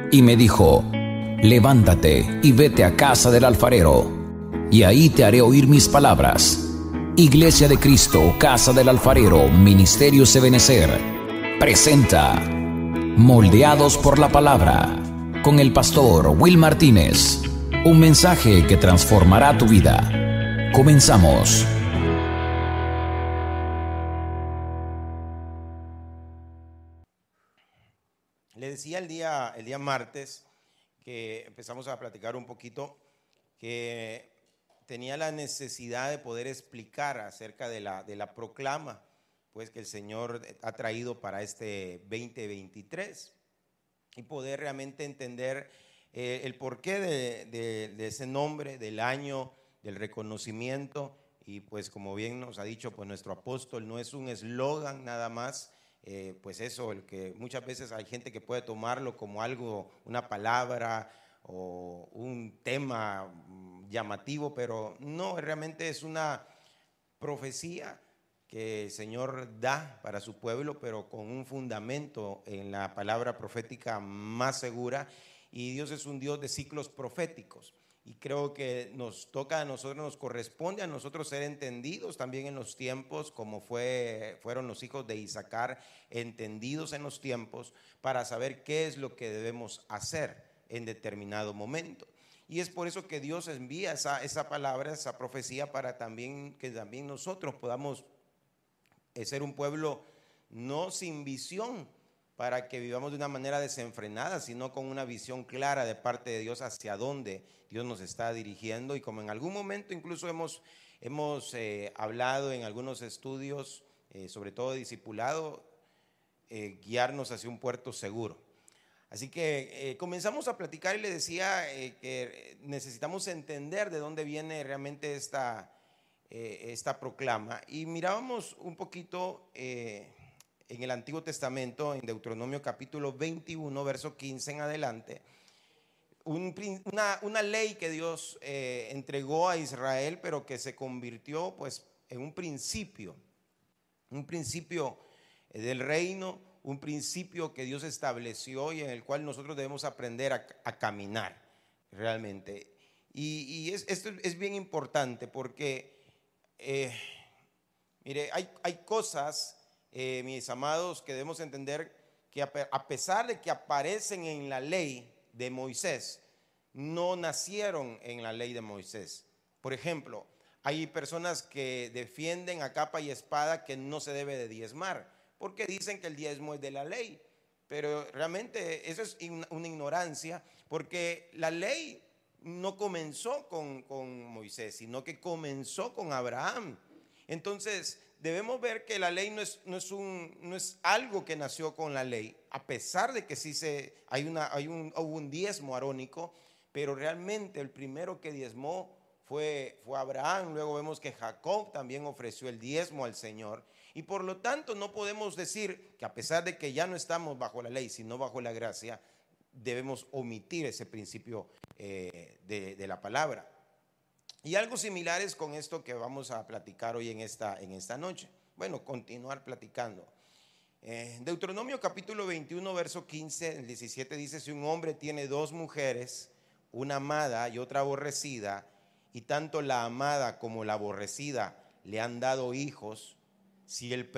y me dijo: levántate y vete a casa del alfarero, y ahí te haré oír mis palabras. Iglesia de Cristo, Casa del Alfarero, Ministerio Ebenecer, presenta Moldeados por la Palabra, con el pastor Will Martínez. Un mensaje que transformará tu vida. Comenzamos. Le decía el día martes que empezamos a platicar un poquito que tenía la necesidad de poder explicar acerca de la proclama, pues, que el Señor ha traído para este 2023 y poder realmente entender el porqué de ese nombre, del año, del reconocimiento. Y pues, como bien nos ha dicho pues nuestro apóstol, no es un eslogan nada más. Pues eso, el que muchas veces hay gente que puede tomarlo como algo, una palabra o un tema llamativo, pero no, realmente es una profecía que el Señor da para su pueblo, pero con un fundamento en la palabra profética más segura. Y Dios es un Dios de ciclos proféticos. Y creo que nos toca a nosotros, nos corresponde a nosotros ser entendidos también en los tiempos, como fueron los hijos de Isaacar, entendidos en los tiempos, para saber qué es lo que debemos hacer en determinado momento. Y es por eso que Dios envía esa palabra, esa profecía, para que también nosotros podamos ser un pueblo no sin visión, para que vivamos de una manera desenfrenada, sino con una visión clara de parte de Dios hacia dónde Dios nos está dirigiendo. Y como en algún momento incluso hemos hablado en algunos estudios, sobre todo de discipulado, guiarnos hacia un puerto seguro. Así que comenzamos a platicar y le decía que necesitamos entender de dónde viene realmente esta proclama. Y mirábamos un poquito en el Antiguo Testamento, en Deuteronomio capítulo 21, verso 15 en adelante, una ley que Dios entregó a Israel, pero que se convirtió pues en un principio del reino, un principio que Dios estableció y en el cual nosotros debemos aprender a caminar realmente. Y esto es bien importante porque, mire, hay cosas, mis amados, que debemos entender que a pesar de que aparecen en la ley de Moisés, no nacieron en la ley de Moisés. Por ejemplo, hay personas que defienden a capa y espada que no se debe de diezmar, porque dicen que el diezmo es de la ley, pero realmente eso es una ignorancia, porque la ley no comenzó con Moisés, sino que comenzó con Abraham. Entonces debemos ver que la ley no es algo que nació con la ley, a pesar de que sí hubo un diezmo arónico, pero realmente el primero que diezmó fue Abraham. Luego vemos que Jacob también ofreció el diezmo al Señor. Y por lo tanto no podemos decir que a pesar de que ya no estamos bajo la ley, sino bajo la gracia, debemos omitir ese principio de la palabra. Y algo similar es con esto que vamos a platicar hoy en esta noche. Bueno, continuar platicando. Deuteronomio capítulo 21, verso 15, el 17 dice: si un hombre tiene dos mujeres, una amada y otra aborrecida, y tanto la amada como la aborrecida le han dado hijos, si el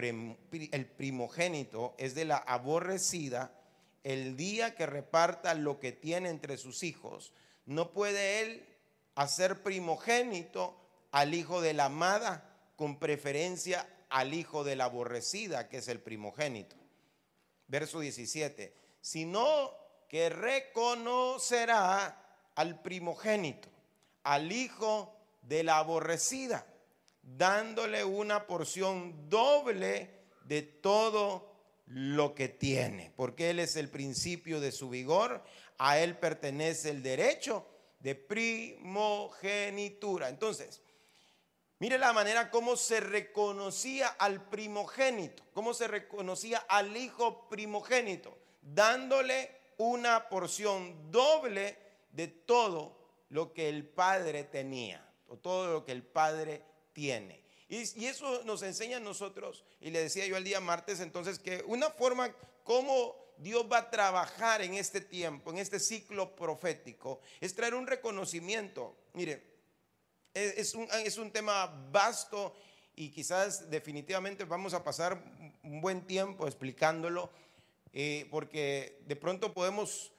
primogénito es de la aborrecida, el día que reparta lo que tiene entre sus hijos, no puede él hacer primogénito al hijo de la amada, con preferencia al hijo de la aborrecida, que es el primogénito. Verso 17: sino que reconocerá al primogénito, al hijo de la aborrecida, dándole una porción doble de todo lo que tiene, porque él es el principio de su vigor, a él pertenece el derecho de primogenitura. Entonces, mire la manera como se reconocía al primogénito, cómo se reconocía al hijo primogénito, dándole una porción doble de todo lo que el padre tenía, o todo lo que el padre tiene. Y eso nos enseña a nosotros, y le decía yo el día martes entonces, que una forma como Dios va a trabajar en este tiempo, en este ciclo profético, es traer un reconocimiento. Mire, es un tema vasto y quizás definitivamente vamos a pasar un buen tiempo explicándolo, porque de pronto podemos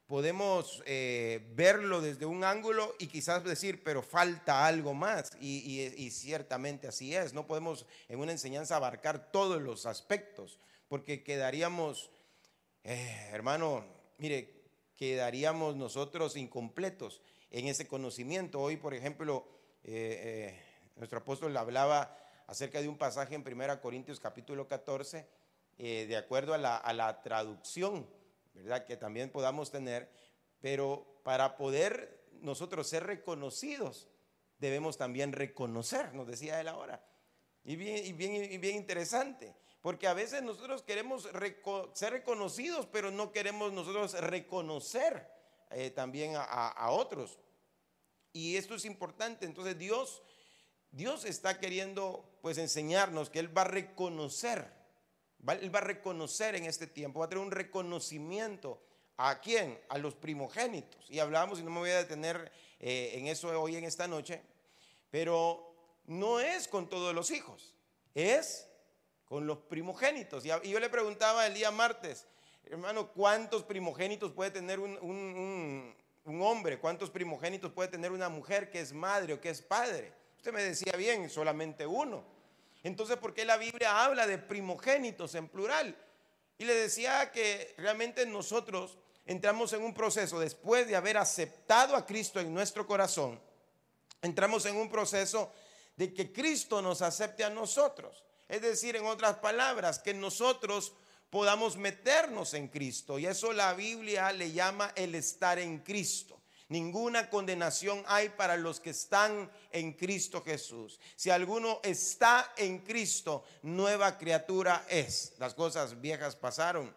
verlo desde un ángulo y quizás decir, pero falta algo más, y ciertamente así es. No podemos en una enseñanza abarcar todos los aspectos, porque quedaríamos, hermano, mire, quedaríamos nosotros incompletos en ese conocimiento. Hoy, por ejemplo, nuestro apóstol hablaba acerca de un pasaje en 1 Corintios capítulo 14, de acuerdo a la traducción, ¿verdad?, que también podamos tener, pero para poder nosotros ser reconocidos, debemos también reconocer, nos decía él ahora. Y bien interesante, porque a veces nosotros queremos ser reconocidos, pero no queremos nosotros reconocer también a otros. Y esto es importante. Entonces Dios está queriendo pues enseñarnos que Él va a reconocer. Él va a reconocer en este tiempo, va a tener un reconocimiento. ¿A quién? A los primogénitos. Y hablamos, y no me voy a detener en eso hoy en esta noche, pero no es con todos los hijos, es con los primogénitos. Y yo le preguntaba el día martes, hermano, ¿cuántos primogénitos puede tener un hombre? ¿Cuántos primogénitos puede tener una mujer que es madre o que es padre? Usted me decía bien, solamente uno. Entonces, ¿por qué la Biblia habla de primogénitos en plural? Y le decía que realmente nosotros entramos en un proceso, después de haber aceptado a Cristo en nuestro corazón, entramos en un proceso de que Cristo nos acepte a nosotros. Es decir, en otras palabras, que nosotros podamos meternos en Cristo. Y eso la Biblia le llama el estar en Cristo. Ninguna condenación hay para los que están en Cristo Jesús. Si alguno está en Cristo, nueva criatura es. Las cosas viejas pasaron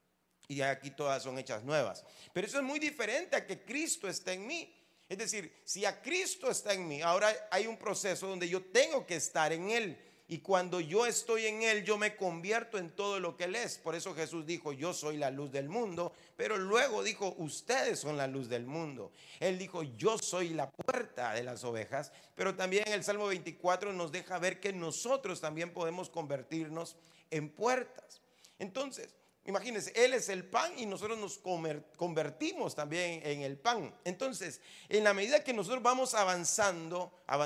y aquí todas son hechas nuevas. Pero eso es muy diferente a que Cristo esté en mí. Es decir, si a Cristo está en mí, ahora hay un proceso donde yo tengo que estar en Él. Y cuando yo estoy en Él, yo me convierto en todo lo que Él es. Por eso Jesús dijo, yo soy la luz del mundo. Pero luego dijo, ustedes son la luz del mundo. Él dijo, yo soy la puerta de las ovejas. Pero también el Salmo 24 nos deja ver que nosotros también podemos convertirnos en puertas. Entonces, imagínense, Él es el pan y nosotros nos convertimos también en el pan. Entonces, en la medida que nosotros vamos avanzando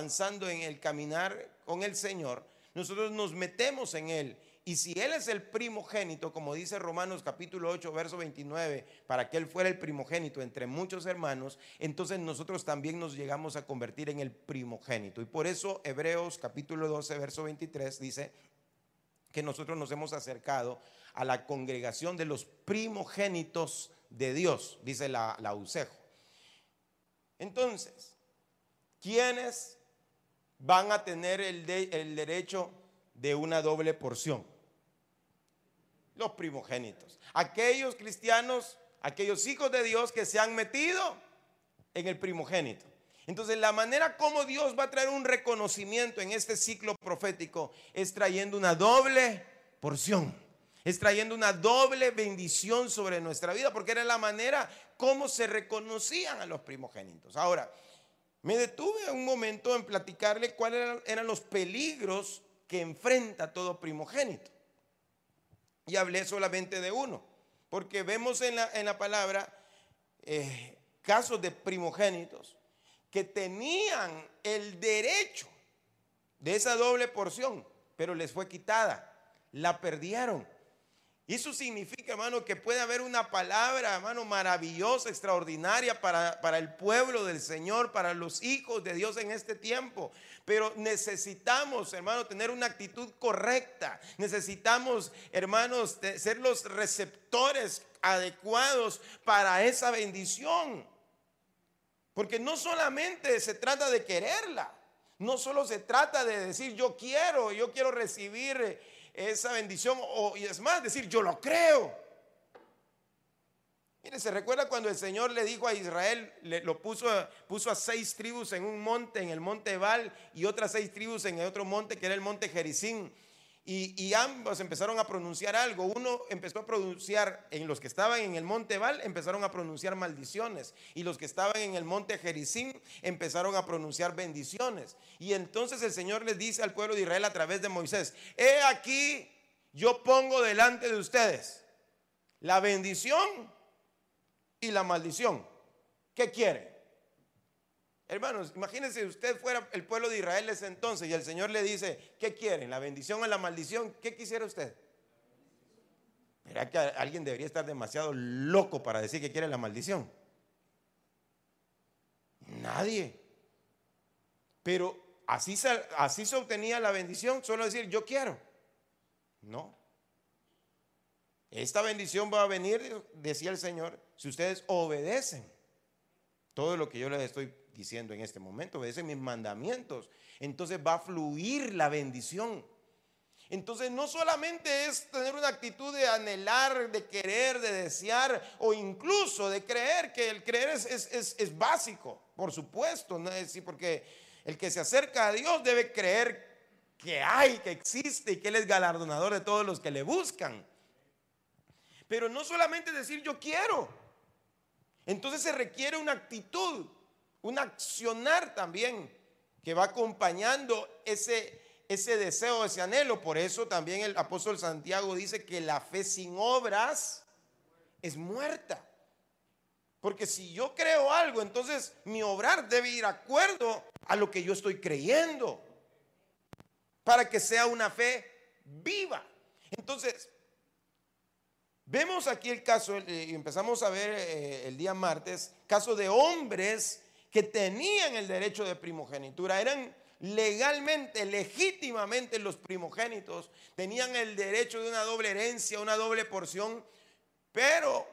en el caminar con el Señor, nosotros nos metemos en Él. Y si Él es el primogénito, como dice Romanos capítulo 8, verso 29, para que Él fuera el primogénito entre muchos hermanos, entonces nosotros también nos llegamos a convertir en el primogénito. Y por eso Hebreos capítulo 12, verso 23 dice que nosotros nos hemos acercado a la congregación de los primogénitos de Dios, dice la UCEJO. Entonces, ¿quiénes van a tener el derecho de una doble porción? Los primogénitos. Aquellos cristianos, aquellos hijos de Dios que se han metido en el primogénito. Entonces, la manera como Dios va a traer un reconocimiento en este ciclo profético es trayendo una doble porción. Es trayendo una doble bendición sobre nuestra vida, porque era la manera como se reconocían a los primogénitos. Ahora, me detuve un momento en platicarle cuáles eran los peligros que enfrenta todo primogénito. Y hablé solamente de uno, porque vemos en la palabra casos de primogénitos que tenían el derecho de esa doble porción, pero les fue quitada, la perdieron. Y eso significa, hermano, que puede haber una palabra, hermano, maravillosa, extraordinaria para el pueblo del Señor, para los hijos de Dios en este tiempo. Pero necesitamos, hermano, tener una actitud correcta. Necesitamos, hermanos, ser los receptores adecuados para esa bendición. Porque no solamente se trata de quererla, no solo se trata de decir yo quiero recibir esa bendición, y es más, decir yo lo creo. Mire, se recuerda cuando el Señor le dijo a Israel, lo puso a 6 tribus en un monte, en el monte Ebal, y otras 6 tribus en el otro monte que era el monte Gerizim. Y ambos empezaron a pronunciar algo. Uno empezó a pronunciar, en los que estaban en el monte Ebal, empezaron a pronunciar maldiciones. Y los que estaban en el monte Gerizim empezaron a pronunciar bendiciones. Y entonces el Señor les dice al pueblo de Israel a través de Moisés: he aquí, yo pongo delante de ustedes la bendición y la maldición. ¿Qué quieren? Hermanos, imagínense usted fuera el pueblo de Israel ese entonces y el Señor le dice: ¿qué quieren? ¿La bendición o la maldición? ¿Qué quisiera usted? ¿Verdad que alguien debería estar demasiado loco para decir que quiere la maldición? Nadie. Pero así se obtenía la bendición, solo decir yo quiero. No. Esta bendición va a venir, decía el Señor, si ustedes obedecen todo lo que yo les estoy diciendo en este momento, obedecen mis mandamientos, entonces va a fluir la bendición. Entonces no solamente es tener una actitud de anhelar, de querer, de desear o incluso de creer, que el creer es básico, por supuesto, ¿no? Porque el que se acerca a Dios debe creer que hay, que existe y que Él es galardonador de todos los que le buscan. Pero no solamente decir yo quiero, entonces se requiere una actitud, un accionar también que va acompañando ese deseo, ese anhelo. Por eso también el apóstol Santiago dice que la fe sin obras es muerta. Porque si yo creo algo, entonces mi obrar debe ir de acuerdo a lo que yo estoy creyendo, para que sea una fe viva. Entonces, vemos aquí el caso, y empezamos a ver el día martes, caso de hombres que tenían el derecho de primogenitura, eran legalmente, legítimamente los primogénitos, tenían el derecho de una doble herencia, una doble porción, pero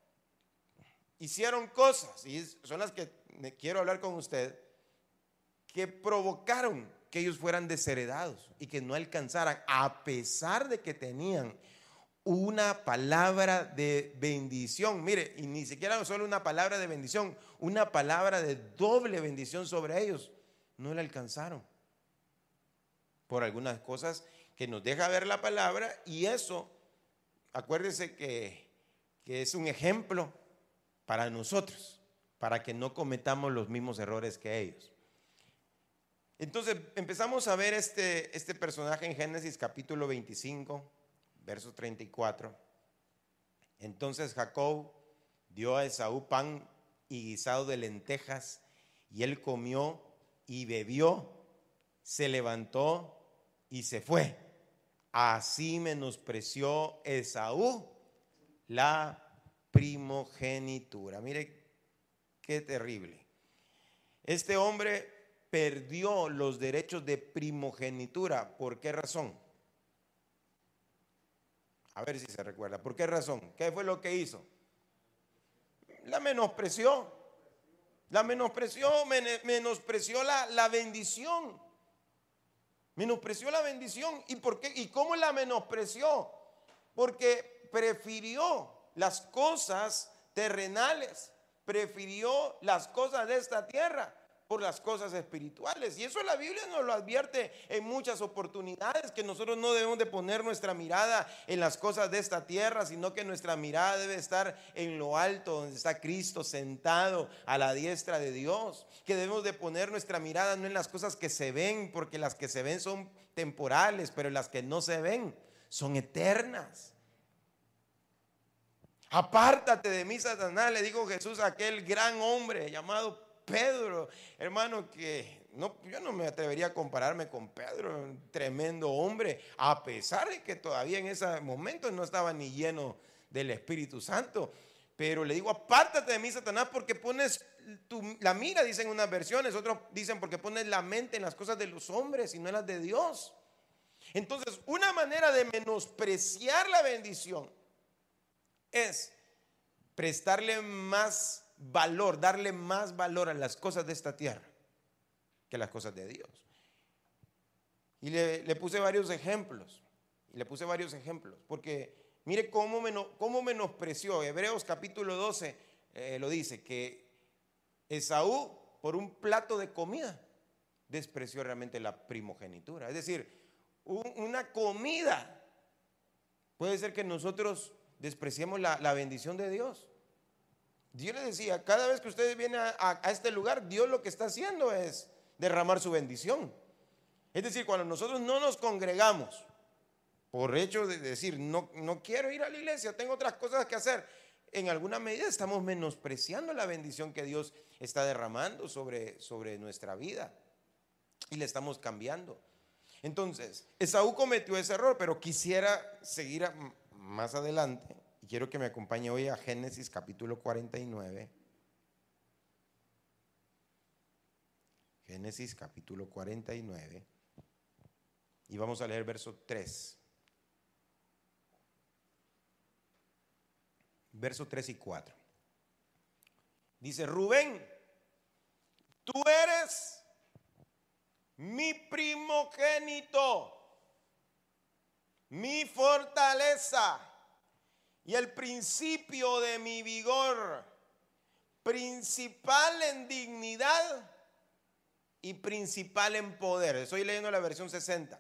hicieron cosas, y son las que quiero hablar con usted, que provocaron que ellos fueran desheredados y que no alcanzaran, a pesar de que tenían una palabra de bendición. Mire, y ni siquiera solo una palabra de bendición, una palabra de doble bendición sobre ellos. No la alcanzaron por algunas cosas que nos deja ver la palabra, y eso, acuérdese que es un ejemplo para nosotros, para que no cometamos los mismos errores que ellos. Entonces empezamos a ver este personaje en Génesis capítulo 25, verso 34. Entonces Jacob dio a Esaú pan y guisado de lentejas, y él comió y bebió, se levantó y se fue. Así menospreció Esaú la primogenitura. Mire qué terrible. Este hombre perdió los derechos de primogenitura. ¿Por qué razón? A ver si se recuerda. ¿Por qué razón? ¿Qué fue lo que hizo? La menospreció. La menospreció la bendición. Menospreció la bendición. ¿Y por qué? ¿Y cómo la menospreció? Porque prefirió las cosas terrenales, prefirió las cosas de esta tierra por las cosas espirituales. Y eso la Biblia nos lo advierte en muchas oportunidades, que nosotros no debemos de poner nuestra mirada en las cosas de esta tierra, sino que nuestra mirada debe estar en lo alto, donde está Cristo sentado a la diestra de Dios. Que debemos de poner nuestra mirada no en las cosas que se ven, porque las que se ven son temporales, pero las que no se ven son eternas. Apártate de mí, Satanás, le dijo Jesús a aquel gran hombre llamado Pedro, hermano, que yo no me atrevería a compararme con Pedro, un tremendo hombre, a pesar de que todavía en ese momento no estaba ni lleno del Espíritu Santo. Pero le digo, apártate de mí, Satanás, porque pones la mira, dicen unas versiones, otros dicen porque pones la mente en las cosas de los hombres y no en las de Dios. Entonces, una manera de menospreciar la bendición es prestarle más valor, darle más valor a las cosas de esta tierra que las cosas de Dios. Y le puse varios ejemplos. Porque mire cómo menospreció. Hebreos capítulo 12 lo dice, que Esaú por un plato de comida despreció realmente la primogenitura. Es decir, una comida. Puede ser que nosotros despreciemos la bendición de Dios. Dios le decía, cada vez que ustedes vienen a este lugar, Dios lo que está haciendo es derramar su bendición. Es decir, cuando nosotros no nos congregamos, por hecho de decir, no quiero ir a la iglesia, tengo otras cosas que hacer, en alguna medida estamos menospreciando la bendición que Dios está derramando sobre nuestra vida y le estamos cambiando. Entonces, Esaú cometió ese error, pero quisiera seguir más adelante y quiero que me acompañe hoy a Génesis capítulo 49. Génesis capítulo 49 y vamos a leer verso 3. Verso 3 y 4. Dice, Rubén, tú eres mi primogénito, mi fortaleza y el principio de mi vigor, principal en dignidad y principal en poder. Estoy leyendo la versión 60.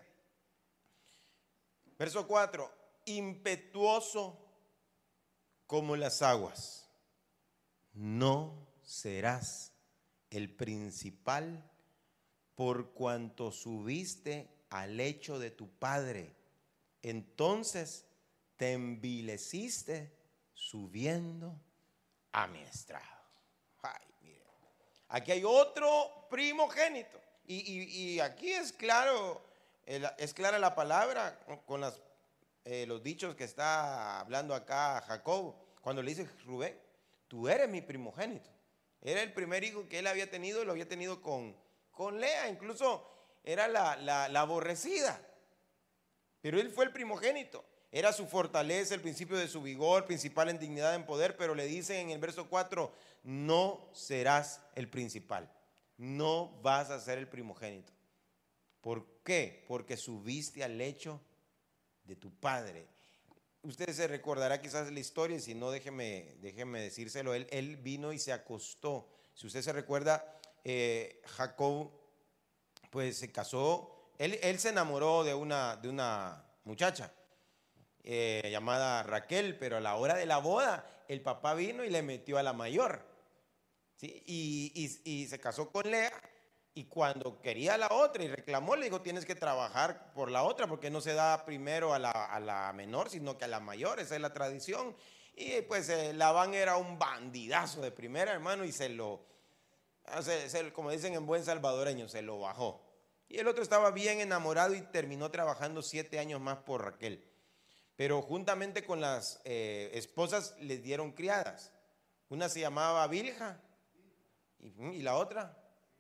Verso 4, impetuoso como las aguas, no serás el principal por cuanto subiste al lecho de tu padre. Entonces te envileciste subiendo a mi estrado. Ay, mire. Aquí hay otro primogénito. Y aquí es claro, es clara la palabra con los dichos que está hablando acá Jacob. Cuando le dice, Rubén, tú eres mi primogénito. Era el primer hijo que él había tenido, lo había tenido con Lea, incluso era la aborrecida, pero él fue el primogénito, era su fortaleza, el principio de su vigor, principal en dignidad, en poder, pero le dicen en el verso 4, no serás el principal, no vas a ser el primogénito. ¿Por qué? Porque subiste al lecho de tu padre. Usted se recordará quizás la historia, y si no, déjeme decírselo. Él vino y se acostó. Si usted se recuerda, Jacob pues se casó, él se enamoró de una muchacha llamada Raquel, pero a la hora de la boda el papá vino y le metió a la mayor, ¿sí? Y se casó con Lea, y cuando quería a la otra y reclamó, le dijo, tienes que trabajar por la otra porque no se da primero a la menor sino que a la mayor, esa es la tradición. Y pues Labán era un bandidazo de primera, hermano, y como dicen en buen salvadoreño, se lo bajó. Y el otro estaba bien enamorado y terminó trabajando 7 años más por Raquel. Pero juntamente con las esposas les dieron criadas. Una se llamaba Bilha y la otra,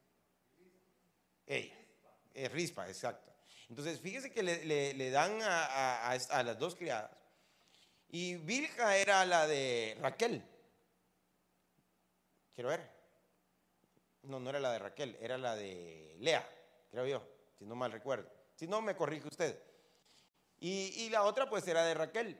ella, Rispa, exacto. Entonces fíjese que le dan a las dos criadas. Y Bilha era la de Raquel. Quiero ver. No era la de Raquel, era la de Lea, creo yo, si no mal recuerdo. Si no, me corrige usted. Y la otra pues era de Raquel.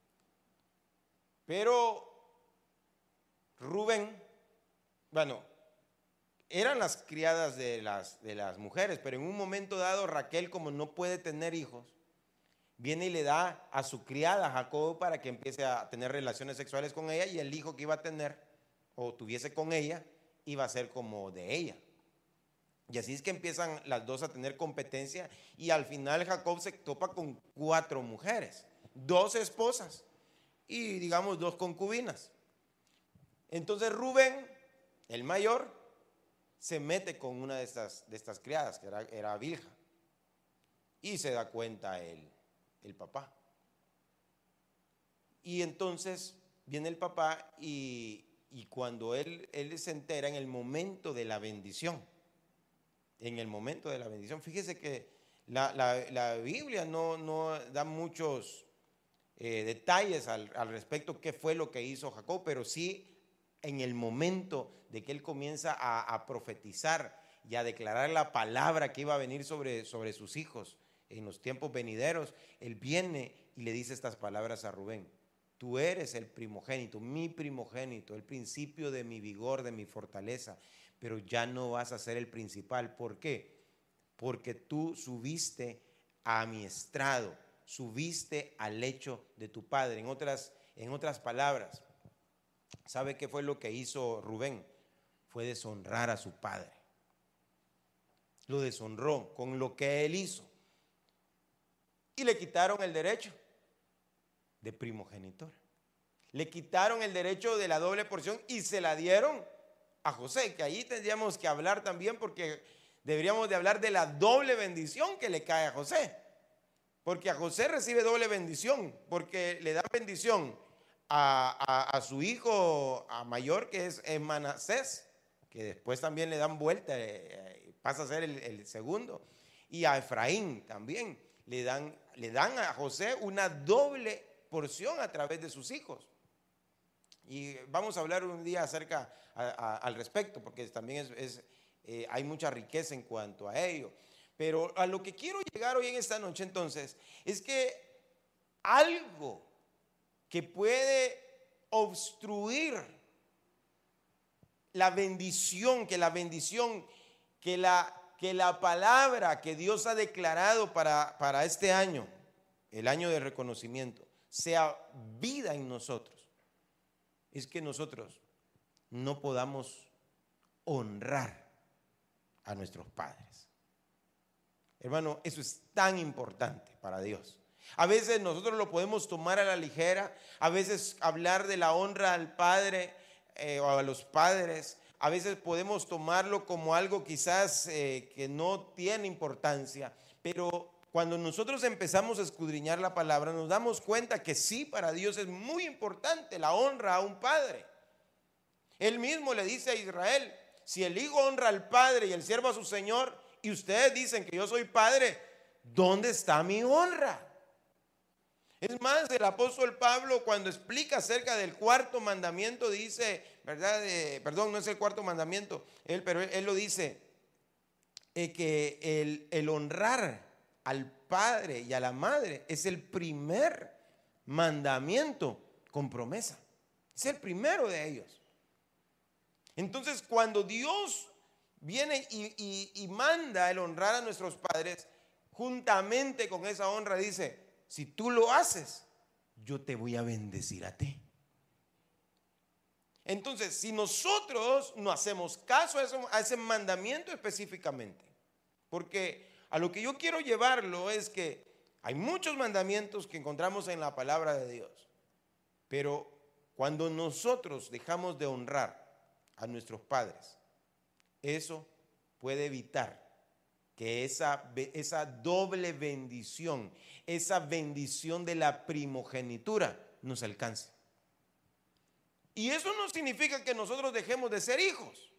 Pero Rubén, bueno, eran las criadas de las mujeres, pero en un momento dado Raquel, como no puede tener hijos, viene y le da a su criada Jacob para que empiece a tener relaciones sexuales con ella, y el hijo que iba a tener o tuviese con ella iba a ser como de ella. Y así es que empiezan las dos a tener competencia, y al final Jacob se topa con 4 mujeres, 2 esposas y digamos 2 concubinas. Entonces Rubén, el mayor, se mete con una de estas criadas, que era Bilha, y se da cuenta el papá. Y entonces viene el papá y cuando él se entera en el momento de la bendición, fíjese que la Biblia no da muchos detalles al respecto qué fue lo que hizo Jacob, pero sí en el momento de que él comienza a profetizar y a declarar la palabra que iba a venir sobre sus hijos en los tiempos venideros, él viene y le dice estas palabras a Rubén: tú eres el primogénito, mi primogénito, el principio de mi vigor, de mi fortaleza, pero ya no vas a ser el principal. ¿Por qué? Porque tú subiste a mi estrado, subiste al lecho de tu padre. En otras palabras, ¿sabe qué fue lo que hizo Rubén? Fue deshonrar a su padre. Lo deshonró con lo que él hizo. Y le quitaron el derecho de primogenitura. Le quitaron el derecho de la doble porción y se la dieron a José, que ahí tendríamos que hablar también, porque deberíamos de hablar de la doble bendición que le cae a José. Porque a José recibe doble bendición, porque le da bendición a su hijo mayor, que es Manasés, que después también le dan vuelta, pasa a ser el segundo, y a Efraín también le dan a José una doble porción a través de sus hijos. Y vamos a hablar un día acerca al respecto, porque también hay mucha riqueza en cuanto a ello. Pero a lo que quiero llegar hoy en esta noche entonces es que algo que puede obstruir la bendición, que la palabra que Dios ha declarado para este año, el año de reconocimiento, sea vida en nosotros, es que nosotros no podamos honrar a nuestros padres. Hermano, eso es tan importante para Dios. A veces nosotros lo podemos tomar a la ligera, a veces hablar de la honra al padre o a los padres, a veces podemos tomarlo como algo quizás que no tiene importancia, pero cuando nosotros empezamos a escudriñar la palabra, nos damos cuenta que sí, para Dios es muy importante la honra a un padre. Él mismo le dice a Israel: si el hijo honra al padre y el siervo a su señor, y ustedes dicen que yo soy padre, ¿dónde está mi honra? Es más, el apóstol Pablo, cuando explica acerca del cuarto mandamiento, dice, ¿verdad? Perdón, no es el cuarto mandamiento, pero él lo dice, que el honrar al padre y a la madre es el primer mandamiento con promesa. Es el primero de ellos. Entonces, cuando Dios viene y manda el honrar a nuestros padres, juntamente con esa honra dice: si tú lo haces, yo te voy a bendecir a ti. Entonces, si nosotros no hacemos caso a ese mandamiento específicamente, porque a lo que yo quiero llevarlo es que hay muchos mandamientos que encontramos en la palabra de Dios, pero cuando nosotros dejamos de honrar a nuestros padres, eso puede evitar que esa doble bendición, esa bendición de la primogenitura nos alcance. Y eso no significa que nosotros dejemos de ser hijos.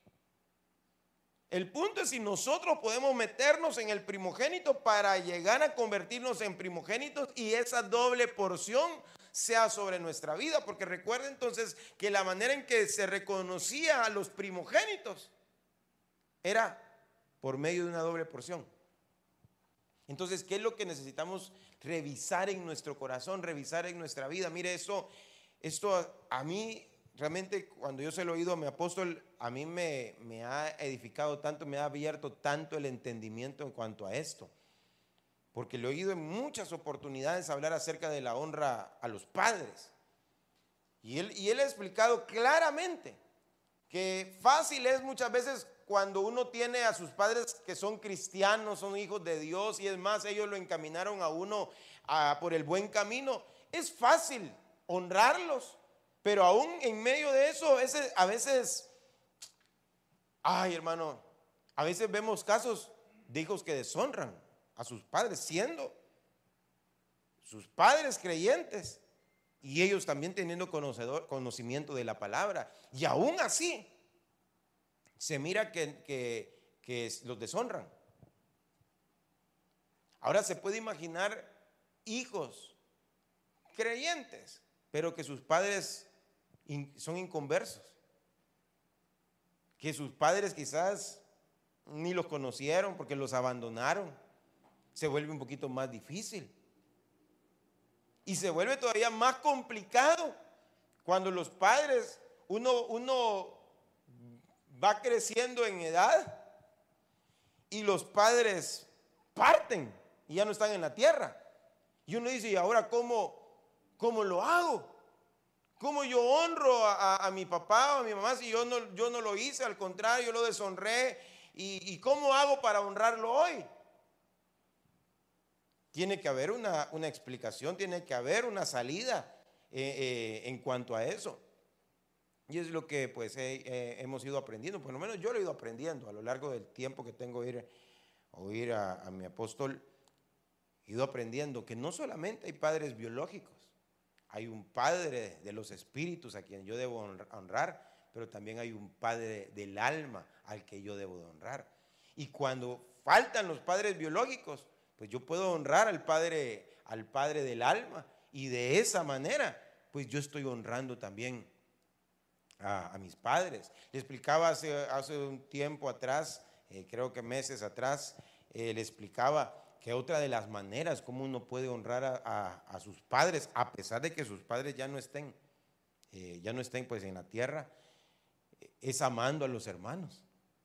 El punto es si nosotros podemos meternos en el primogénito para llegar a convertirnos en primogénitos y esa doble porción sea sobre nuestra vida. Porque recuerda entonces que la manera en que se reconocía a los primogénitos era por medio de una doble porción. Entonces, ¿qué es lo que necesitamos revisar en nuestro corazón, revisar en nuestra vida? Mire, esto a mí realmente, cuando yo se lo he oído a mi apóstol, a mí me ha edificado tanto, me ha abierto tanto el entendimiento en cuanto a esto, porque lo he oído en muchas oportunidades hablar acerca de la honra a los padres, y él ha explicado claramente que fácil es muchas veces cuando uno tiene a sus padres que son cristianos, son hijos de Dios, y es más, ellos lo encaminaron a uno por el buen camino. Es fácil honrarlos, pero aún en medio de eso, a veces, ay hermano, a veces vemos casos de hijos que deshonran a sus padres, siendo sus padres creyentes, y ellos también teniendo conocimiento de la palabra, y aún así se mira que los deshonran. Ahora se puede imaginar hijos creyentes, pero que sus padres son inconversos, que sus padres quizás ni los conocieron porque los abandonaron. Se vuelve un poquito más difícil. Y se vuelve todavía más complicado cuando los padres, uno va creciendo en edad y los padres parten y ya no están en la tierra. Y uno dice, ¿y ahora cómo lo hago? ¿Cómo yo honro a mi papá o a mi mamá si yo no lo hice? Al contrario, yo lo deshonré. ¿Y cómo hago para honrarlo hoy? Tiene que haber una explicación, tiene que haber una salida en cuanto a eso. Y es lo que pues hemos ido aprendiendo, por lo menos yo lo he ido aprendiendo a lo largo del tiempo que tengo oír a mi apóstol. He ido aprendiendo que no solamente hay padres biológicos, hay un padre de los espíritus a quien yo debo honrar, pero también hay un padre del alma al que yo debo de honrar. Y cuando faltan los padres biológicos, pues yo puedo honrar al padre del alma, y de esa manera pues yo estoy honrando también a mis padres. Le explicaba hace un tiempo atrás, creo que meses atrás, le explicaba que otra de las maneras como uno puede honrar a sus padres, a pesar de que sus padres ya no estén pues en la tierra, es amando a los hermanos.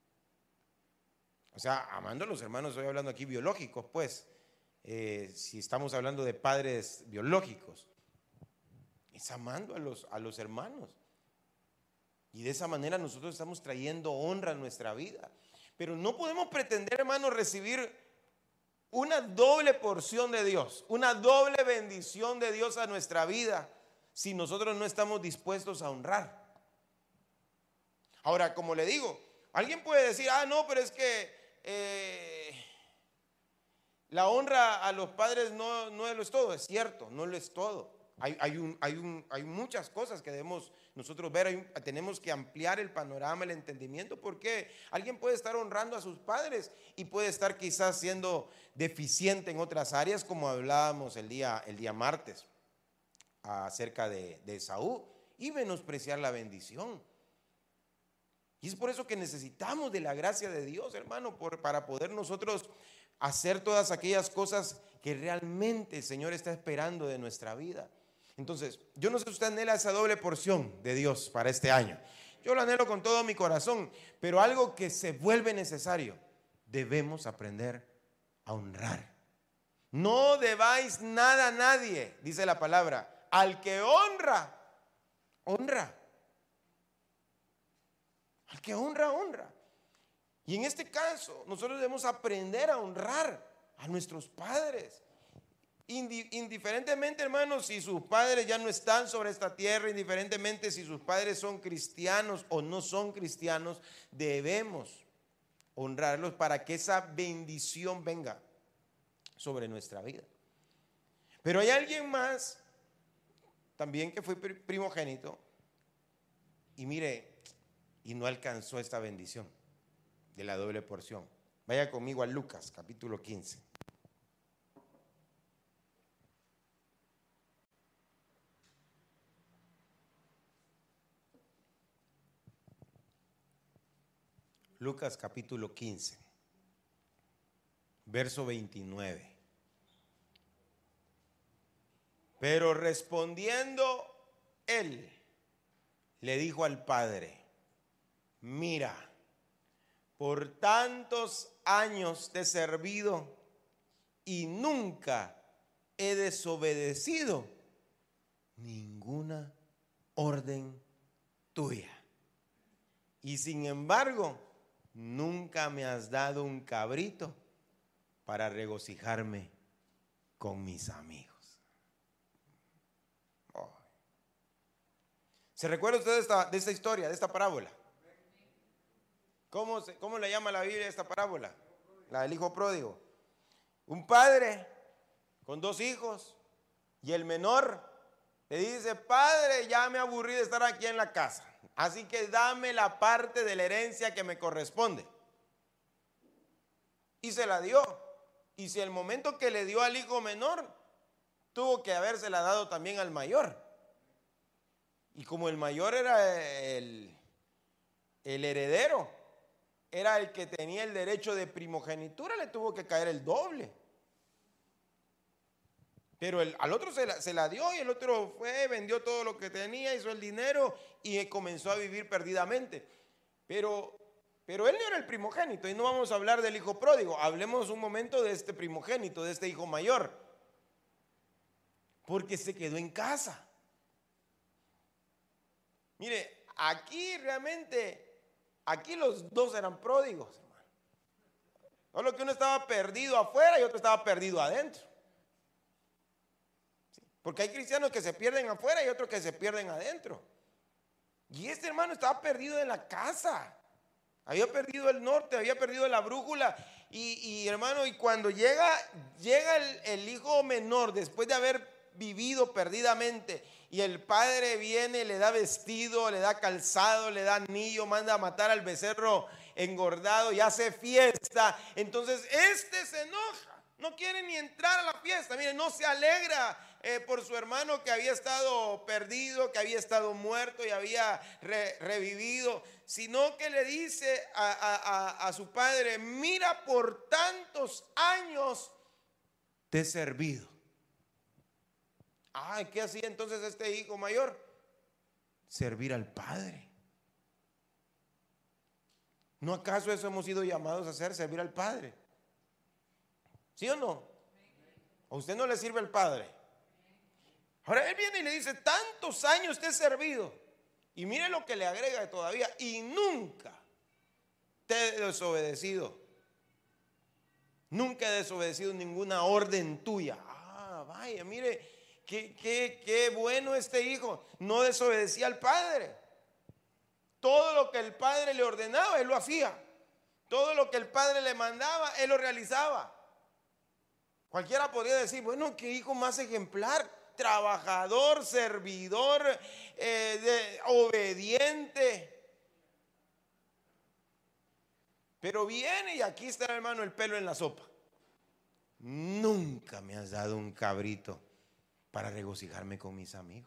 O sea, amando a los hermanos, estoy hablando aquí biológicos, pues, si estamos hablando de padres biológicos, es amando a los hermanos. Y de esa manera nosotros estamos trayendo honra a nuestra vida. Pero no podemos pretender, hermanos, recibir una doble porción de Dios, una doble bendición de Dios a nuestra vida, si nosotros no estamos dispuestos a honrar. Ahora, como le digo, alguien puede decir, no, pero es que la honra a los padres no lo es todo. Es cierto, no lo es todo. Hay muchas cosas que debemos nosotros ver. Tenemos que ampliar el panorama, el entendimiento, porque alguien puede estar honrando a sus padres y puede estar quizás siendo deficiente en otras áreas, como hablábamos el día martes acerca de Esaú, y menospreciar la bendición. Y es por eso que necesitamos de la gracia de Dios, hermano, para poder nosotros hacer todas aquellas cosas que realmente el Señor está esperando de nuestra vida. Entonces, yo no sé si usted anhela esa doble porción de Dios para este año. Yo lo anhelo con todo mi corazón, pero algo que se vuelve necesario, debemos aprender a honrar. No debáis nada a nadie, dice la palabra. Al que honra, honra. Al que honra, honra. Y en este caso, nosotros debemos aprender a honrar a nuestros padres. Indiferentemente, hermanos, si sus padres ya no están sobre esta tierra, indiferentemente si sus padres son cristianos o no son cristianos, debemos honrarlos para que esa bendición venga sobre nuestra vida. Pero hay alguien más también que fue primogénito y mire, y no alcanzó esta bendición de la doble porción. Vaya conmigo a Lucas capítulo 15. Lucas capítulo 15, verso 29. Pero respondiendo él, le dijo al padre: mira, por tantos años te he servido y nunca he desobedecido ninguna orden tuya. Y sin embargo, nunca me has dado un cabrito para regocijarme con mis amigos. Oh. ¿Se recuerda usted de esta historia, de esta parábola? ¿Cómo le llama la Biblia a esta parábola? La del hijo pródigo. Un padre con dos hijos y el menor le dice: padre, ya me aburrí de estar aquí en la casa, así que dame la parte de la herencia que me corresponde. Y se la dio. Y si el momento que le dio al hijo menor, tuvo que habérsela dado también al mayor. Y como el mayor era el heredero, era el que tenía el derecho de primogenitura, le tuvo que caer el doble. Pero al otro se la dio, y el otro fue, vendió todo lo que tenía, hizo el dinero y comenzó a vivir perdidamente. Pero Pero él no era el primogénito y no vamos a hablar del hijo pródigo. Hablemos un momento de este primogénito, de este hijo mayor. Porque se quedó en casa. Mire, aquí realmente, aquí los dos eran pródigos, hermano. Solo que uno estaba perdido afuera y otro estaba perdido adentro. ¿Sí? Porque hay cristianos que se pierden afuera y otros que se pierden adentro. Y este hermano estaba perdido en la casa. Había perdido el norte, había perdido la brújula. Y hermano, y cuando llega el hijo menor, después de haber vivido perdidamente, y el padre viene, le da vestido, le da calzado, le da anillo, manda a matar al becerro engordado y hace fiesta. Entonces este se enoja, no quiere ni entrar a la fiesta. Mire, no se alegra por su hermano que había estado perdido, que había estado muerto y había revivido, sino que le dice a su padre: mira, por tantos años te he servido. ¿Qué hacía entonces este hijo mayor? Servir al padre. ¿No acaso eso hemos sido llamados a hacer, servir al padre? ¿Sí o no? ¿A usted no le sirve el padre? Ahora él viene y le dice: tantos años te he servido. Y mire lo que le agrega todavía: y nunca te he desobedecido. Nunca he desobedecido ninguna orden tuya. Vaya, mire. Qué bueno este hijo. No desobedecía al padre. Todo lo que el padre le ordenaba, él lo hacía. Todo lo que el padre le mandaba, él lo realizaba. Cualquiera podría decir: bueno, qué hijo más ejemplar, trabajador, servidor, obediente. Pero viene y aquí está, hermano, el pelo en la sopa. Nunca me has dado un cabrito para regocijarme con mis amigos.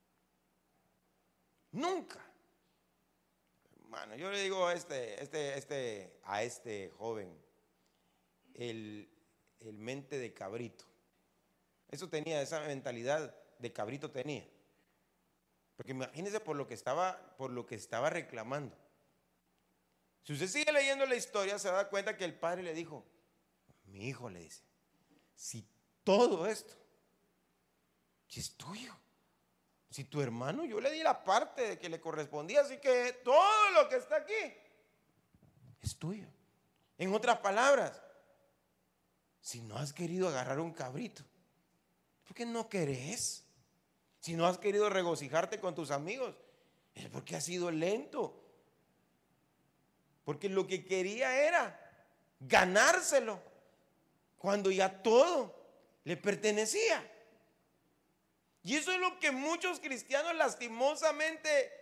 Nunca. Hermano, yo le digo a este joven, el mente de cabrito. Eso tenía, esa mentalidad de cabrito tenía. Porque imagínese por lo que estaba reclamando. Si usted sigue leyendo la historia, se da cuenta que el padre le dijo: mi hijo, le dice, si todo esto es tuyo, si tu hermano, yo le di la parte que le correspondía, así que todo lo que está aquí es tuyo. En otras palabras, si no has querido agarrar un cabrito, ¿por qué no querés? Si no has querido regocijarte con tus amigos, es porque has sido lento. Porque lo que quería era ganárselo, cuando ya todo le pertenecía. Y eso es lo que muchos cristianos lastimosamente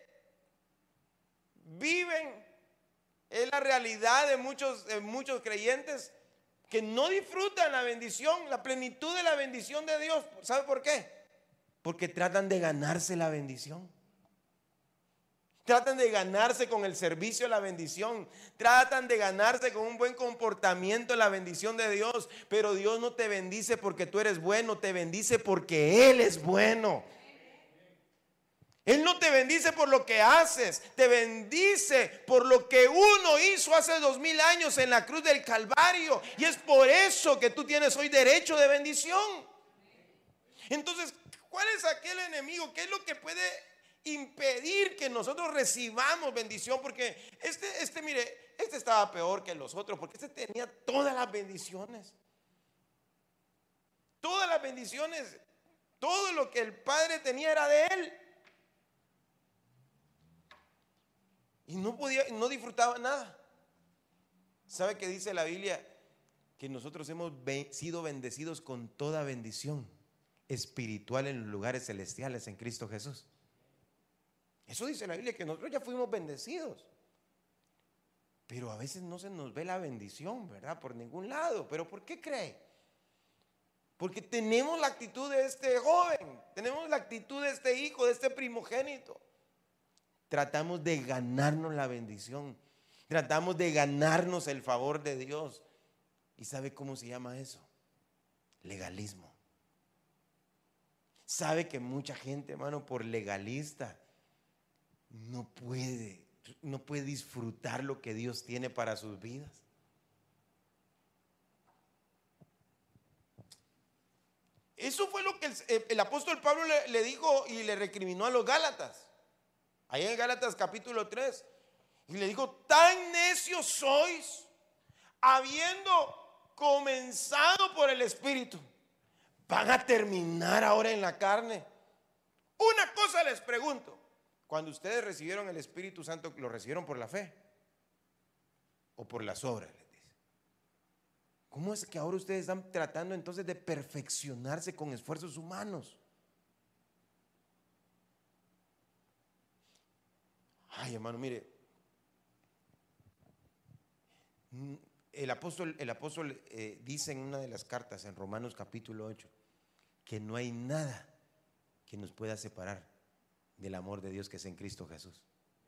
viven. Es la realidad de muchos creyentes que no disfrutan la bendición, la plenitud de la bendición de Dios. ¿Sabe por qué? Porque tratan de ganarse la bendición. Tratan de ganarse con el servicio a la bendición. Tratan de ganarse con un buen comportamiento la bendición de Dios. Pero Dios no te bendice porque tú eres bueno, te bendice porque Él es bueno. Él no te bendice por lo que haces, te bendice por lo que uno hizo hace 2000 años en la cruz del Calvario. Y es por eso que tú tienes hoy derecho de bendición. Entonces, ¿cuál es aquel enemigo? ¿Qué es lo que puede impedir que nosotros recibamos bendición? Porque mire, este estaba peor que los otros, porque este tenía todas las bendiciones. Todas las bendiciones, todo lo que el Padre tenía era de él. Y no disfrutaba nada. ¿Sabe qué dice la Biblia? Que nosotros hemos sido bendecidos con toda bendición espiritual en los lugares celestiales en Cristo Jesús. Eso dice la Biblia, que nosotros ya fuimos bendecidos. Pero a veces no se nos ve la bendición, ¿verdad? Por ningún lado. ¿Pero por qué cree? Porque tenemos la actitud de este joven, tenemos la actitud de este hijo, de este primogénito. Tratamos de ganarnos la bendición, tratamos de ganarnos el favor de Dios. ¿Y sabe cómo se llama eso? Legalismo. Sabe que mucha gente, hermano, por legalista, no puede no puede disfrutar lo que Dios tiene para sus vidas. Eso fue lo que el apóstol Pablo le dijo y le recriminó a los Gálatas. Ahí en Gálatas capítulo 3. Y le dijo: tan necios sois, habiendo comenzado por el Espíritu, van a terminar ahora en la carne. Una cosa les pregunto: cuando ustedes recibieron el Espíritu Santo, ¿lo recibieron por la fe o por las obras? Les dice. ¿Cómo es que ahora ustedes están tratando entonces de perfeccionarse con esfuerzos humanos? Ay, hermano, mire, el apóstol dice en una de las cartas, en Romanos capítulo 8, que no hay nada que nos pueda separar del amor de Dios que es en Cristo Jesús.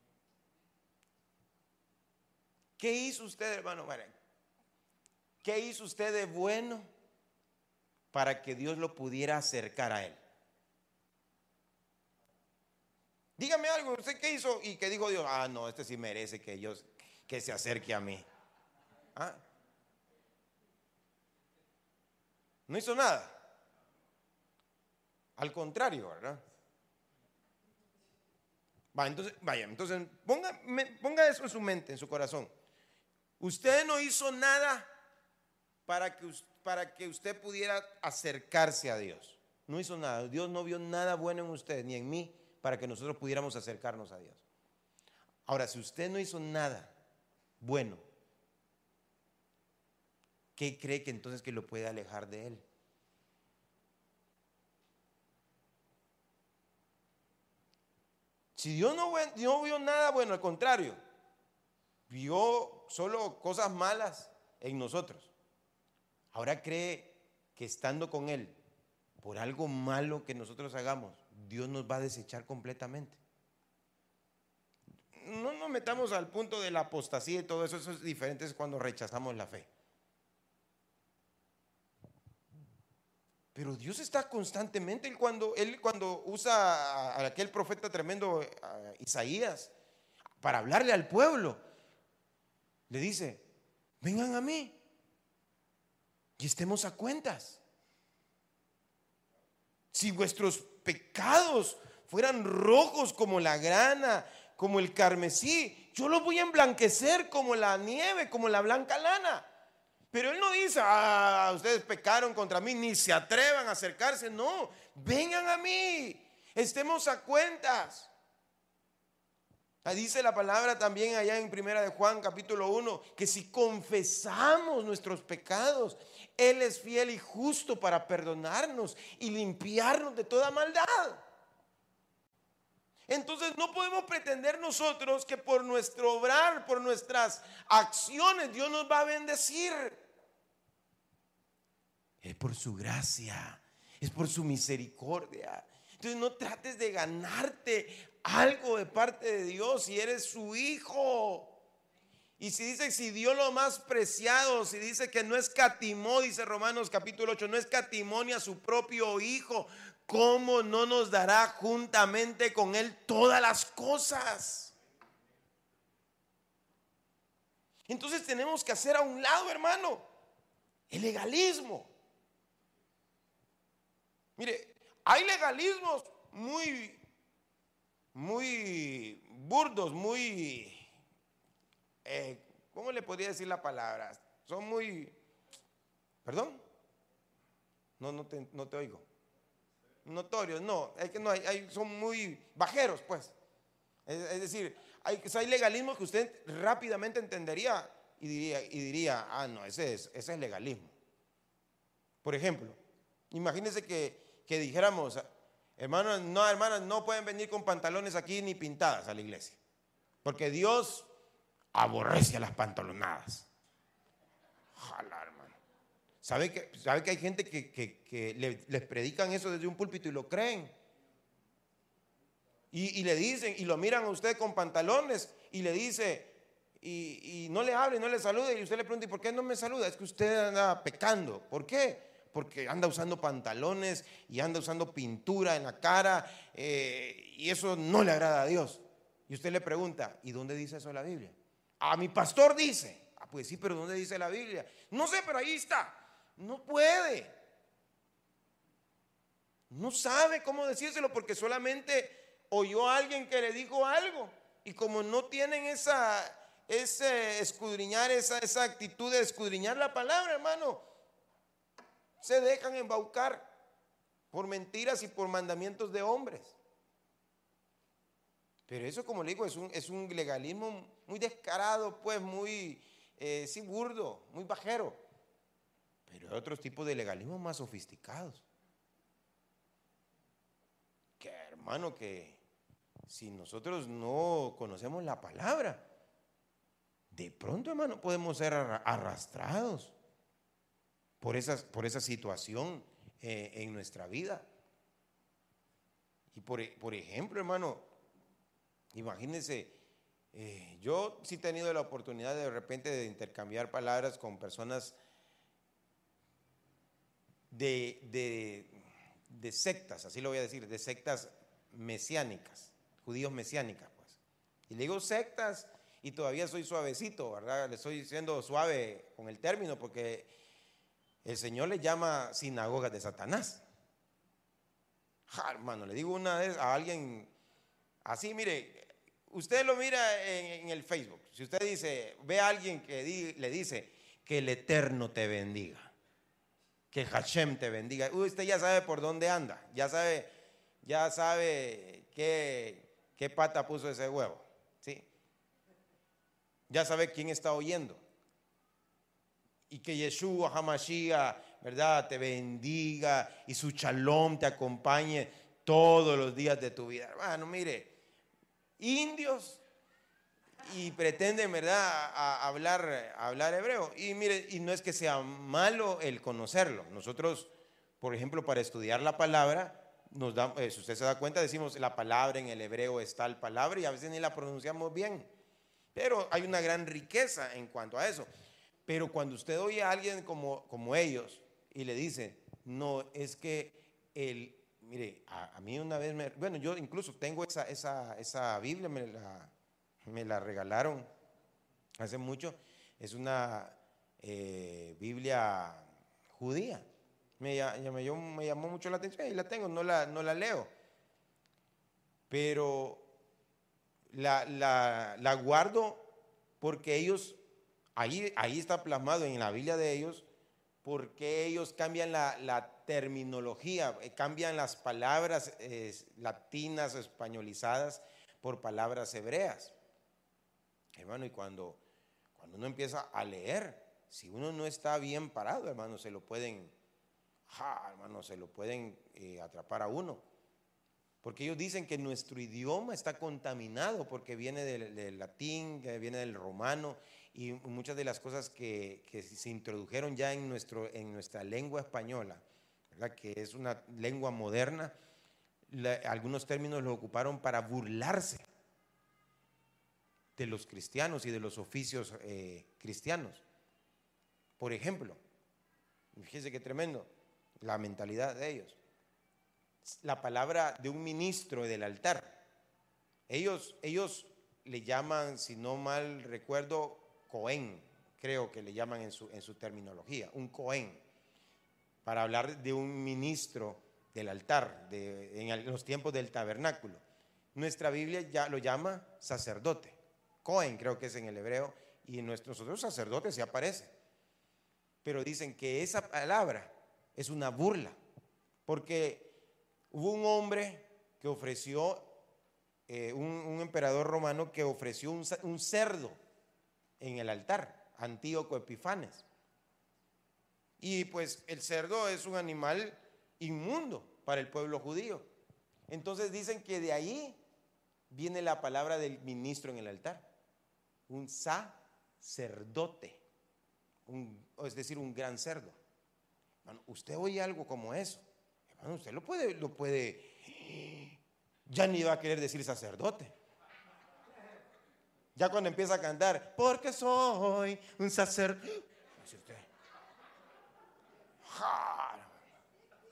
¿Qué hizo usted, hermano? ¿Qué hizo usted de bueno para que Dios lo pudiera acercar a Él? Dígame algo, ¿usted qué hizo y que dijo Dios? Ah, no, este sí merece que se acerque a mí. ¿Ah? No hizo nada. Al contrario, ¿verdad? Entonces ponga eso en su mente, en su corazón. Usted no hizo nada para que usted pudiera acercarse a Dios. No hizo nada. Dios no vio nada bueno en usted ni en mí para que nosotros pudiéramos acercarnos a Dios. Ahora, si usted no hizo nada bueno, ¿qué cree que entonces que lo puede alejar de Él? Si Dios no vio nada bueno, al contrario, vio solo cosas malas en nosotros. Ahora cree que estando con Él, por algo malo que nosotros hagamos, Dios nos va a desechar completamente. No nos metamos al punto de la apostasía y todo eso, eso es diferente, es cuando rechazamos la fe. Pero Dios está constantemente, Él cuando usa a aquel profeta tremendo, Isaías, para hablarle al pueblo, le dice: vengan a mí y estemos a cuentas. Si vuestros pecados fueran rojos como la grana, como el carmesí, yo los voy a emblanquecer como la nieve, como la blanca lana. Pero Él no dice: ustedes pecaron contra mí, ni se atrevan a acercarse. No, vengan a mí, estemos a cuentas. Dice la palabra también allá en Primera de Juan capítulo 1, que si confesamos nuestros pecados, Él es fiel y justo para perdonarnos y limpiarnos de toda maldad. Entonces no podemos pretender nosotros que por nuestro obrar, por nuestras acciones, Dios nos va a bendecir. Es por su gracia, es por su misericordia. Entonces no trates de ganarte algo de parte de Dios si eres su hijo. Y si dice, si dio lo más preciado, si dice que no escatimó, dice Romanos capítulo 8, no escatimó ni a su propio hijo, ¿cómo no nos dará juntamente con Él todas las cosas? Entonces tenemos que hacer a un lado, hermano, el legalismo. Mire, hay legalismos muy burdos, ¿cómo le podría decir la palabra? Son muy, ¿perdón? No te oigo. Notorios, no, es que no son muy bajeros, pues. Es decir, hay legalismos que usted rápidamente entendería y diría, no, ese es legalismo. Por ejemplo, imagínense que dijéramos: hermanos, no pueden venir con pantalones aquí ni pintadas a la iglesia, porque Dios aborrece a las pantalonadas. Ojalá, hermano. ¿Sabe que hay gente que les predican eso desde un púlpito y lo creen? Y le dicen, y lo miran a usted con pantalones, y le dice, y no le habla y no le saluda, y usted le pregunta: ¿y por qué no me saluda? Es que usted anda pecando. ¿Por qué? Porque anda usando pantalones y anda usando pintura en la cara, y eso no le agrada a Dios. Y usted le pregunta, ¿y dónde dice eso en la Biblia? A mi pastor dice. Ah, pues sí, pero ¿dónde dice la Biblia? No sé, pero ahí está. No puede. No sabe cómo decírselo porque solamente oyó a alguien que le dijo algo. Y como no tienen ese escudriñar, esa actitud de escudriñar la palabra, hermano, se dejan embaucar por mentiras y por mandamientos de hombres. Pero eso, como le digo, es un legalismo muy descarado, pues muy, sí, burdo, muy bajero. Pero hay otros tipos de legalismo más sofisticados. Que hermano, que si nosotros no conocemos la palabra, de pronto, hermano, podemos ser arrastrados por esa situación en nuestra vida. Y por ejemplo, hermano, imagínense, yo sí he tenido la oportunidad de repente de intercambiar palabras con personas de sectas, así lo voy a decir, de sectas mesiánicas, judíos mesiánicas, pues. Y le digo sectas y todavía soy suavecito, ¿verdad? Le estoy diciendo suave con el término porque el Señor le llama sinagogas de Satanás. Hermano, le digo una vez a alguien así, mire, usted lo mira en el Facebook. Si usted dice, ve a alguien que le dice que el Eterno te bendiga, que Hashem te bendiga, usted ya sabe por dónde anda, ya sabe qué pata puso ese huevo, ¿sí? Ya sabe quién está oyendo. Y que Yeshua HaMashiach, ¿verdad?, te bendiga y su shalom te acompañe todos los días de tu vida. Hermano, mire, indios y pretenden, ¿verdad?, hablar hebreo. Y mire, y no es que sea malo el conocerlo. Nosotros, por ejemplo, para estudiar la palabra, si usted se da cuenta, decimos la palabra en el hebreo es tal palabra y a veces ni la pronunciamos bien. Pero hay una gran riqueza en cuanto a eso. Pero cuando usted oye a alguien como ellos y le dice, no, es que mire, a mí una vez, bueno, yo incluso tengo esa Biblia, me la regalaron hace mucho, es una Biblia judía, me llamó mucho la atención y la tengo, no la leo, pero la guardo porque ellos, ahí está plasmado en la Biblia de ellos, porque ellos cambian la terminología, cambian las palabras latinas o españolizadas por palabras hebreas. Hermano, y cuando uno empieza a leer, si uno no está bien parado, hermano, se lo pueden atrapar a uno. Porque ellos dicen que nuestro idioma está contaminado porque viene del latín, que viene del romano, y muchas de las cosas que se introdujeron ya en nuestra lengua española, ¿verdad?, que es una lengua moderna, algunos términos los ocuparon para burlarse de los cristianos y de los oficios cristianos. Por ejemplo, fíjese qué tremendo la mentalidad de ellos. La palabra de un ministro del altar. Ellos le llaman, si no mal recuerdo, Cohen, creo que le llaman en su terminología, un Cohen, para hablar de un ministro del altar, en los tiempos del tabernáculo. Nuestra Biblia ya lo llama sacerdote. Cohen creo que es en el hebreo, y en nosotros sacerdotes se aparece. Pero dicen que esa palabra es una burla, porque hubo un hombre que ofreció, un emperador romano que ofreció un cerdo en el altar, Antíoco Epifanes. Y pues el cerdo es un animal inmundo para el pueblo judío. Entonces dicen que de ahí viene la palabra del ministro en el altar, un sacerdote, es decir, un gran cerdo. Hermano, usted oye algo como eso, hermano, usted lo puede, ya ni va a querer decir sacerdote. Ya cuando empieza a cantar, porque soy un sacerdote,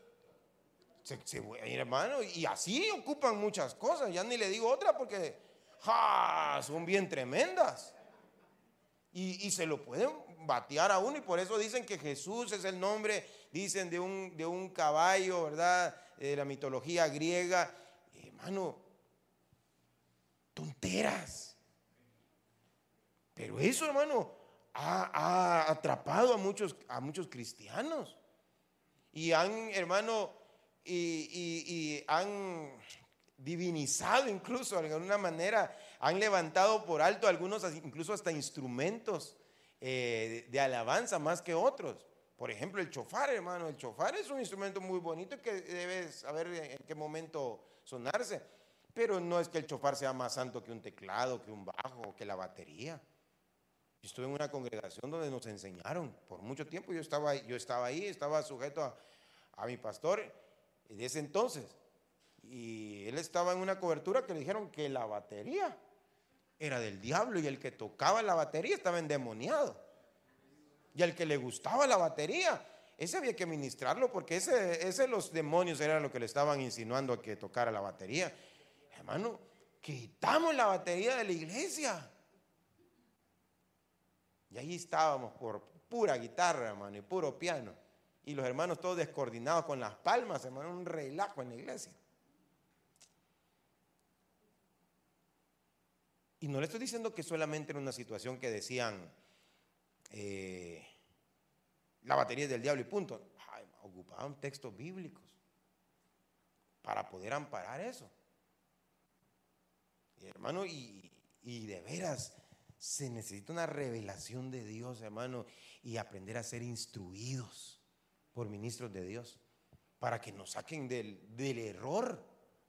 hermano, y así ocupan muchas cosas, ya ni le digo otra porque ¡ja! Son bien tremendas. Y se lo pueden batear a uno, y por eso dicen que Jesús es el nombre, dicen de un caballo, ¿verdad? De la mitología griega. Hermano, tonteras. Pero eso, hermano, ha atrapado a muchos cristianos. Y han, hermano, y han divinizado incluso de alguna manera, han levantado por alto algunos, incluso hasta instrumentos de alabanza más que otros. Por ejemplo, el chofar, hermano. El chofar es un instrumento muy bonito que debes saber en qué momento sonarse. Pero no es que el chofar sea más santo que un teclado, que un bajo, que la batería. Yo estuve en una congregación donde nos enseñaron por mucho tiempo. Yo estaba ahí, estaba sujeto a mi pastor de ese entonces. Y él estaba en una cobertura que le dijeron que la batería era del diablo, y el que tocaba la batería estaba endemoniado. Y al que le gustaba la batería, ese había que ministrarlo, porque ese los demonios eran lo que le estaban insinuando a que tocara la batería. Hermano, quitamos la batería de la iglesia. Y ahí estábamos por pura guitarra, hermano, y puro piano. Y los hermanos todos descoordinados con las palmas, hermano, un relajo en la iglesia. Y no le estoy diciendo que solamente era una situación que decían la batería es del diablo y punto. Ay, ocupaban textos bíblicos para poder amparar eso. Y, hermano, y de veras se necesita una revelación de Dios, hermano, y aprender a ser instruidos por ministros de Dios para que nos saquen del error.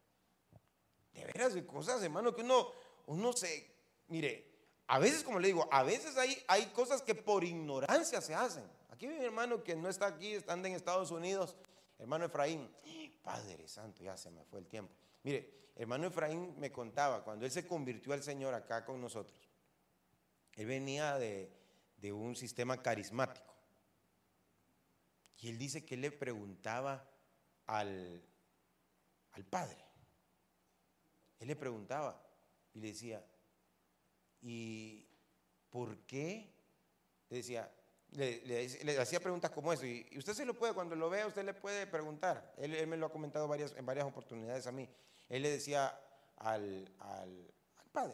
De veras, de cosas, hermano, que uno se, mire, a veces, como le digo, a veces hay cosas que por ignorancia se hacen. Aquí hay un hermano que no está aquí, anda en Estados Unidos, hermano Efraín. Padre Santo, ya se me fue el tiempo. Mire, hermano Efraín me contaba, cuando él se convirtió al Señor acá con nosotros, él venía de un sistema carismático. Y él dice que él le preguntaba al Padre. Él le preguntaba y le decía, ¿y por qué? Le decía, le hacía preguntas como eso. Y usted se lo puede, cuando lo vea, usted le puede preguntar. Él me lo ha comentado en varias oportunidades a mí. Él le decía al Padre,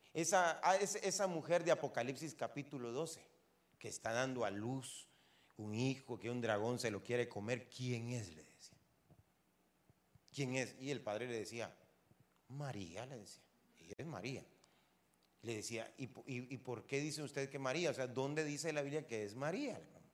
esa mujer de Apocalipsis capítulo 12, que está dando a luz un hijo, que un dragón se lo quiere comer, ¿quién es? Le decía. ¿Quién es? Y el Padre le decía, María, le decía. Ella es María. Le decía, ¿y por qué dice usted que María? O sea, ¿dónde dice la Biblia que es María, hermano?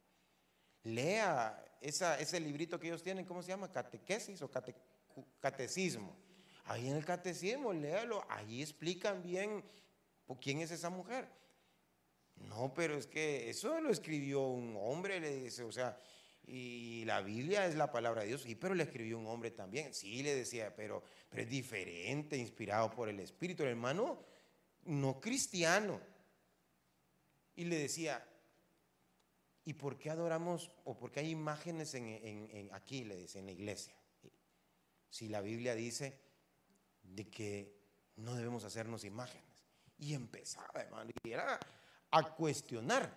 Lea ese librito que ellos tienen, ¿cómo se llama? Catequesis o catecismo. Ahí en el catecismo, léalo, ahí explican bien quién es esa mujer. No, pero es que eso lo escribió un hombre, le dice, o sea, y la Biblia es la palabra de Dios. Sí, pero le escribió un hombre también. Sí, le decía, pero es diferente, inspirado por el Espíritu. El hermano no cristiano. Y le decía, ¿y por qué adoramos o por qué hay imágenes aquí, le dice, en la iglesia? Si la Biblia dice de que no debemos hacernos imágenes. Y empezaba, hermano, y era a cuestionar.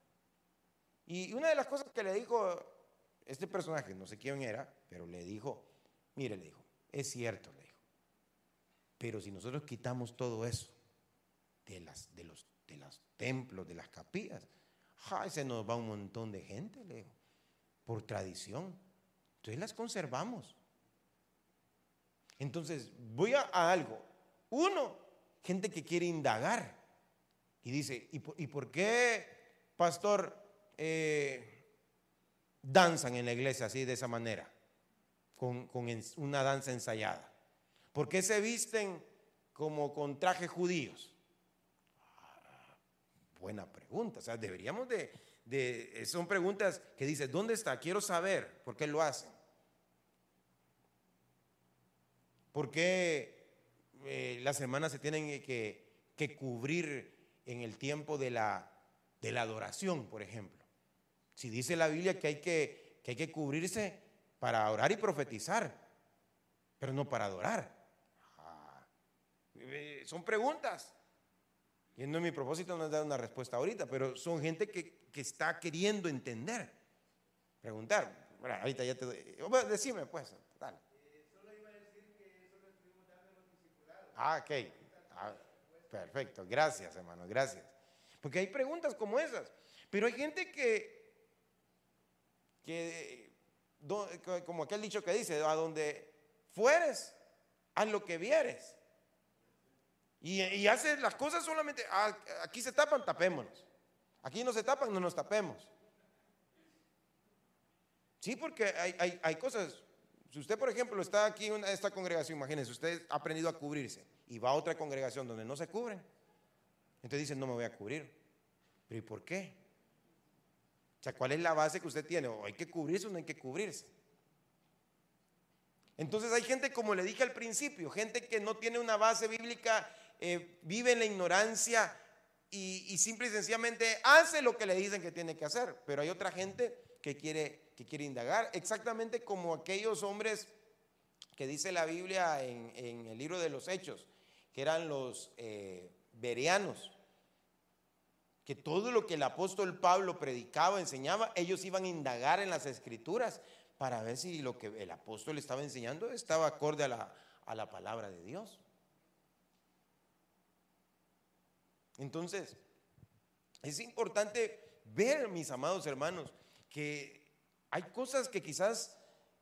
Y una de las cosas que le dijo este personaje, no sé quién era, pero le dijo, mire, le dijo, es cierto, le dijo, pero si nosotros quitamos todo eso de los templos, de las capillas, se nos va un montón de gente, le dijo, por tradición. Entonces las conservamos. Entonces voy a algo. Uno, gente que quiere indagar y dice, ¿y por qué, pastor, danzan en la iglesia así de esa manera, con una danza ensayada? ¿Por qué se visten como con trajes judíos? Buena pregunta. O sea, deberíamos son preguntas que dices, ¿dónde está? Quiero saber por qué lo hacen. ¿Por qué las hermanas se tienen que cubrir en el tiempo de la adoración, por ejemplo? Si dice la Biblia que hay que cubrirse para orar y profetizar, pero no para adorar. Son preguntas. Y no es mi propósito, no es dar una respuesta ahorita, pero son gente que está queriendo entender. Preguntar. Bueno, ahorita ya te doy. Bueno, decime pues. Dale. Solo iba a decir que eso lo estuvimos dando en los discipulados. Ok. Perfecto. Gracias, hermano. Gracias. Porque hay preguntas como esas. Pero hay gente como aquel dicho que dice, a donde fueres, haz lo que vieres. Y haces las cosas solamente, aquí se tapan, tapémonos. Aquí no se tapan, no nos tapemos. Sí, porque hay cosas. Si usted, por ejemplo, está aquí en esta congregación, imagínense, usted ha aprendido a cubrirse y va a otra congregación donde no se cubren. Entonces dice, no me voy a cubrir. ¿Pero y por qué? O sea, ¿cuál es la base que usted tiene? ¿O hay que cubrirse o no hay que cubrirse? Entonces hay gente, como le dije al principio, gente que no tiene una base bíblica, vive en la ignorancia y simple y sencillamente hace lo que le dicen que tiene que hacer. Pero hay otra gente que quiere indagar, exactamente como aquellos hombres que dice la Biblia en el libro de los Hechos, que eran los bereanos, que todo lo que el apóstol Pablo predicaba, enseñaba, ellos iban a indagar en las escrituras para ver si lo que el apóstol estaba enseñando estaba acorde a la palabra de Dios. Entonces, es importante ver, mis amados hermanos, que hay cosas que quizás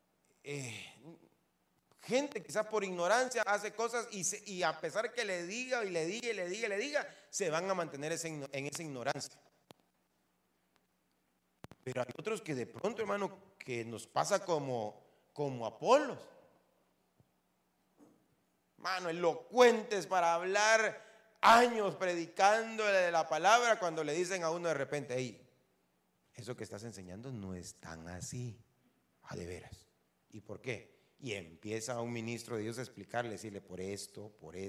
gente quizás por ignorancia hace cosas y a pesar que le diga y le diga, se van a mantener en esa ignorancia. Pero hay otros que de pronto, hermano, que nos pasa como Apolos. Hermano, elocuentes para hablar años predicando de la palabra, cuando le dicen a uno de repente, hey, eso que estás enseñando no es tan así, de veras. ¿Y por qué? Y empieza un ministro de Dios a explicarle, decirle por esto.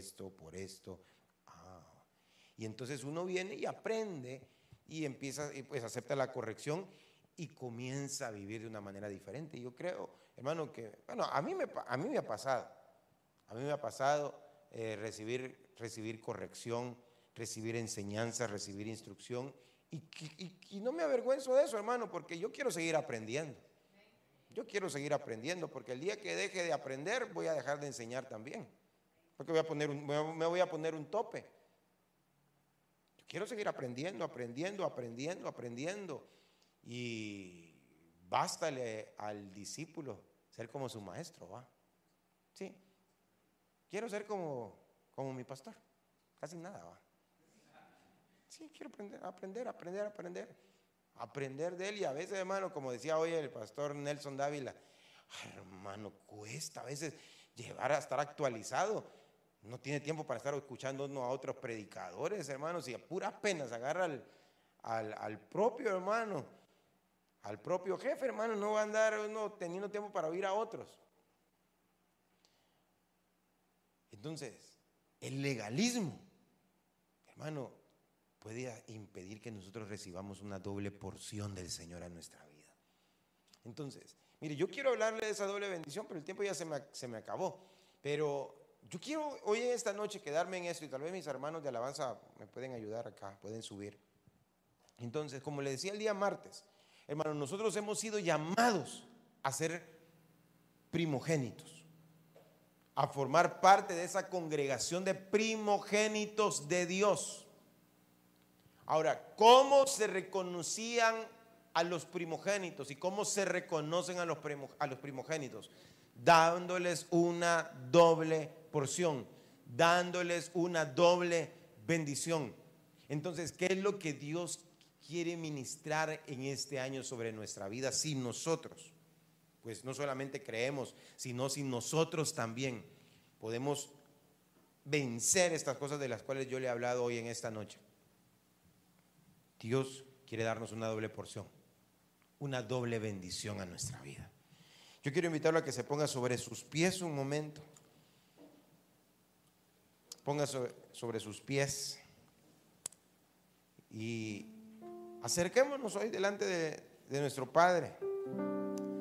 Y entonces uno viene y aprende y empieza, y pues acepta la corrección y comienza a vivir de una manera diferente. Yo creo, hermano, que, bueno, a mí me ha pasado. A mí me ha pasado recibir corrección, recibir enseñanza, recibir instrucción. Y no me avergüenzo de eso, hermano, porque yo quiero seguir aprendiendo. Yo quiero seguir aprendiendo, porque el día que deje de aprender voy a dejar de enseñar también. Porque me voy a poner un tope. Yo quiero seguir aprendiendo. Y bástale al discípulo ser como su maestro, ¿va? Sí. Quiero ser como mi pastor. Casi nada, ¿va? Sí, quiero aprender de él. Y a veces, hermano, como decía hoy el pastor Nelson Dávila, hermano, cuesta a veces llevar a estar actualizado. No tiene tiempo para estar escuchando uno a otros predicadores, hermanos, y a puras penas agarra al propio hermano, al propio jefe, hermano. No va a andar uno teniendo tiempo para oír a otros. Entonces, el legalismo, hermano, puede impedir que nosotros recibamos una doble porción del Señor a nuestra vida. Entonces, mire, yo quiero hablarle de esa doble bendición, pero el tiempo ya se me acabó. Pero yo quiero hoy en esta noche quedarme en esto, y tal vez mis hermanos de alabanza me pueden ayudar acá, pueden subir. Entonces, como le decía el día martes, hermano, nosotros hemos sido llamados a ser primogénitos, a formar parte de esa congregación de primogénitos de Dios. Ahora, ¿cómo se reconocían a los primogénitos y cómo se reconocen a los primogénitos? Dándoles una doble porción, dándoles una doble bendición. Entonces, ¿qué es lo que Dios quiere ministrar en este año sobre nuestra vida? Si nosotros, pues no solamente creemos, sino si nosotros también podemos vencer estas cosas de las cuales yo le he hablado hoy en esta noche. Dios quiere darnos una doble porción, una doble bendición a nuestra vida. Yo quiero invitarlo a que se ponga sobre sus pies un momento. Ponga sobre sus pies y acerquémonos hoy delante de nuestro Padre.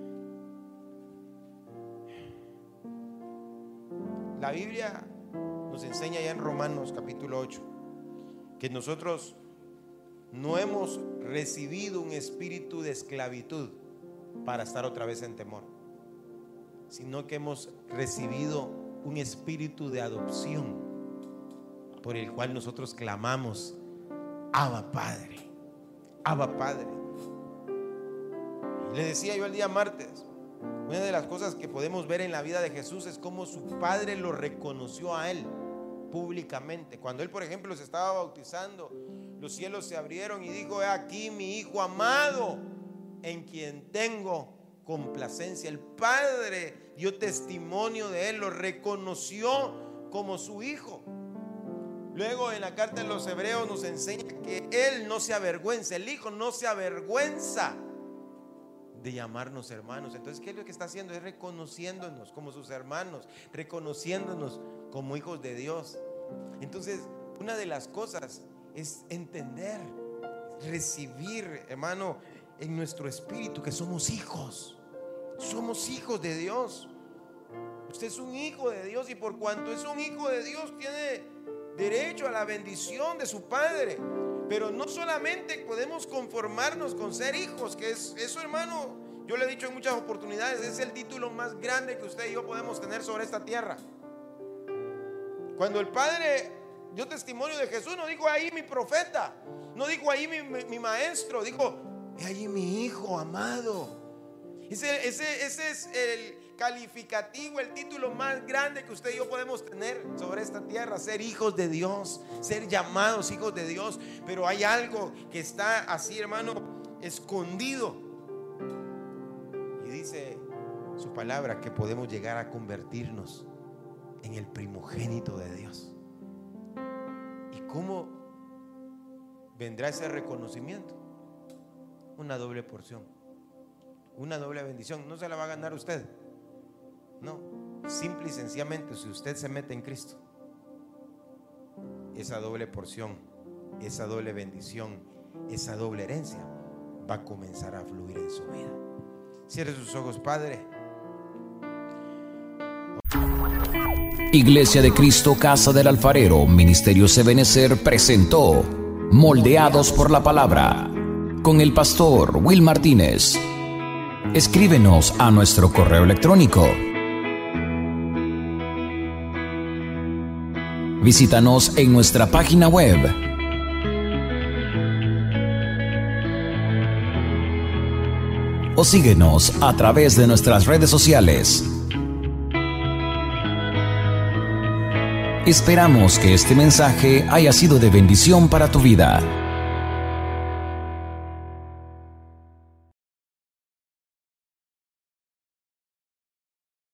La Biblia nos enseña ya en Romanos capítulo 8 que nosotros no hemos recibido un espíritu de esclavitud para estar otra vez en temor, sino que hemos recibido un espíritu de adopción por el cual nosotros clamamos: Abba Padre, Abba Padre. Y le decía yo el día martes, una de las cosas que podemos ver en la vida de Jesús es cómo su Padre lo reconoció a él públicamente. Cuando él, por ejemplo, se estaba bautizando, los cielos se abrieron y dijo: he aquí mi Hijo amado, en quien tengo complacencia. El Padre dio testimonio de él, lo reconoció como su Hijo. Luego en la carta de los Hebreos nos enseña que él no se avergüenza, el Hijo no se avergüenza de llamarnos hermanos. Entonces, ¿qué es lo que está haciendo? Es reconociéndonos como sus hermanos, reconociéndonos como hijos de Dios. Entonces, una de las cosas es entender, recibir, hermano, en nuestro espíritu que somos hijos de Dios. Usted es un hijo de Dios, y por cuanto es un hijo de Dios tiene derecho a la bendición de su Padre. Pero no solamente podemos conformarnos con ser hijos, que es eso, hermano, yo le he dicho en muchas oportunidades, es el título más grande que usted y yo podemos tener sobre esta tierra. Cuando el Padre dio testimonio de Jesús, no dijo: ahí mi profeta, no dijo: ahí mi maestro, dijo: ahí mi Hijo amado. Ese es el calificativo, el título más grande que usted y yo podemos tener sobre esta tierra: ser hijos de Dios, ser llamados hijos de Dios. Pero hay algo que está así, hermano, escondido, y dice su palabra que podemos llegar a convertirnos en el primogénito de Dios. ¿Y cómo vendrá ese reconocimiento? Una doble porción, una doble bendición. No se la va a ganar usted, no, simple y sencillamente, si usted se mete en Cristo, esa doble porción, esa doble bendición, esa doble herencia va a comenzar a fluir en su vida. Cierre sus ojos, Padre. Iglesia de Cristo, Casa del Alfarero, Ministerio Ebenecer presentó Moldeados por la Palabra con el pastor Will Martínez. Escríbenos a nuestro correo electrónico. Visítanos en nuestra página web. O síguenos a través de nuestras redes sociales. Esperamos que este mensaje haya sido de bendición para tu vida.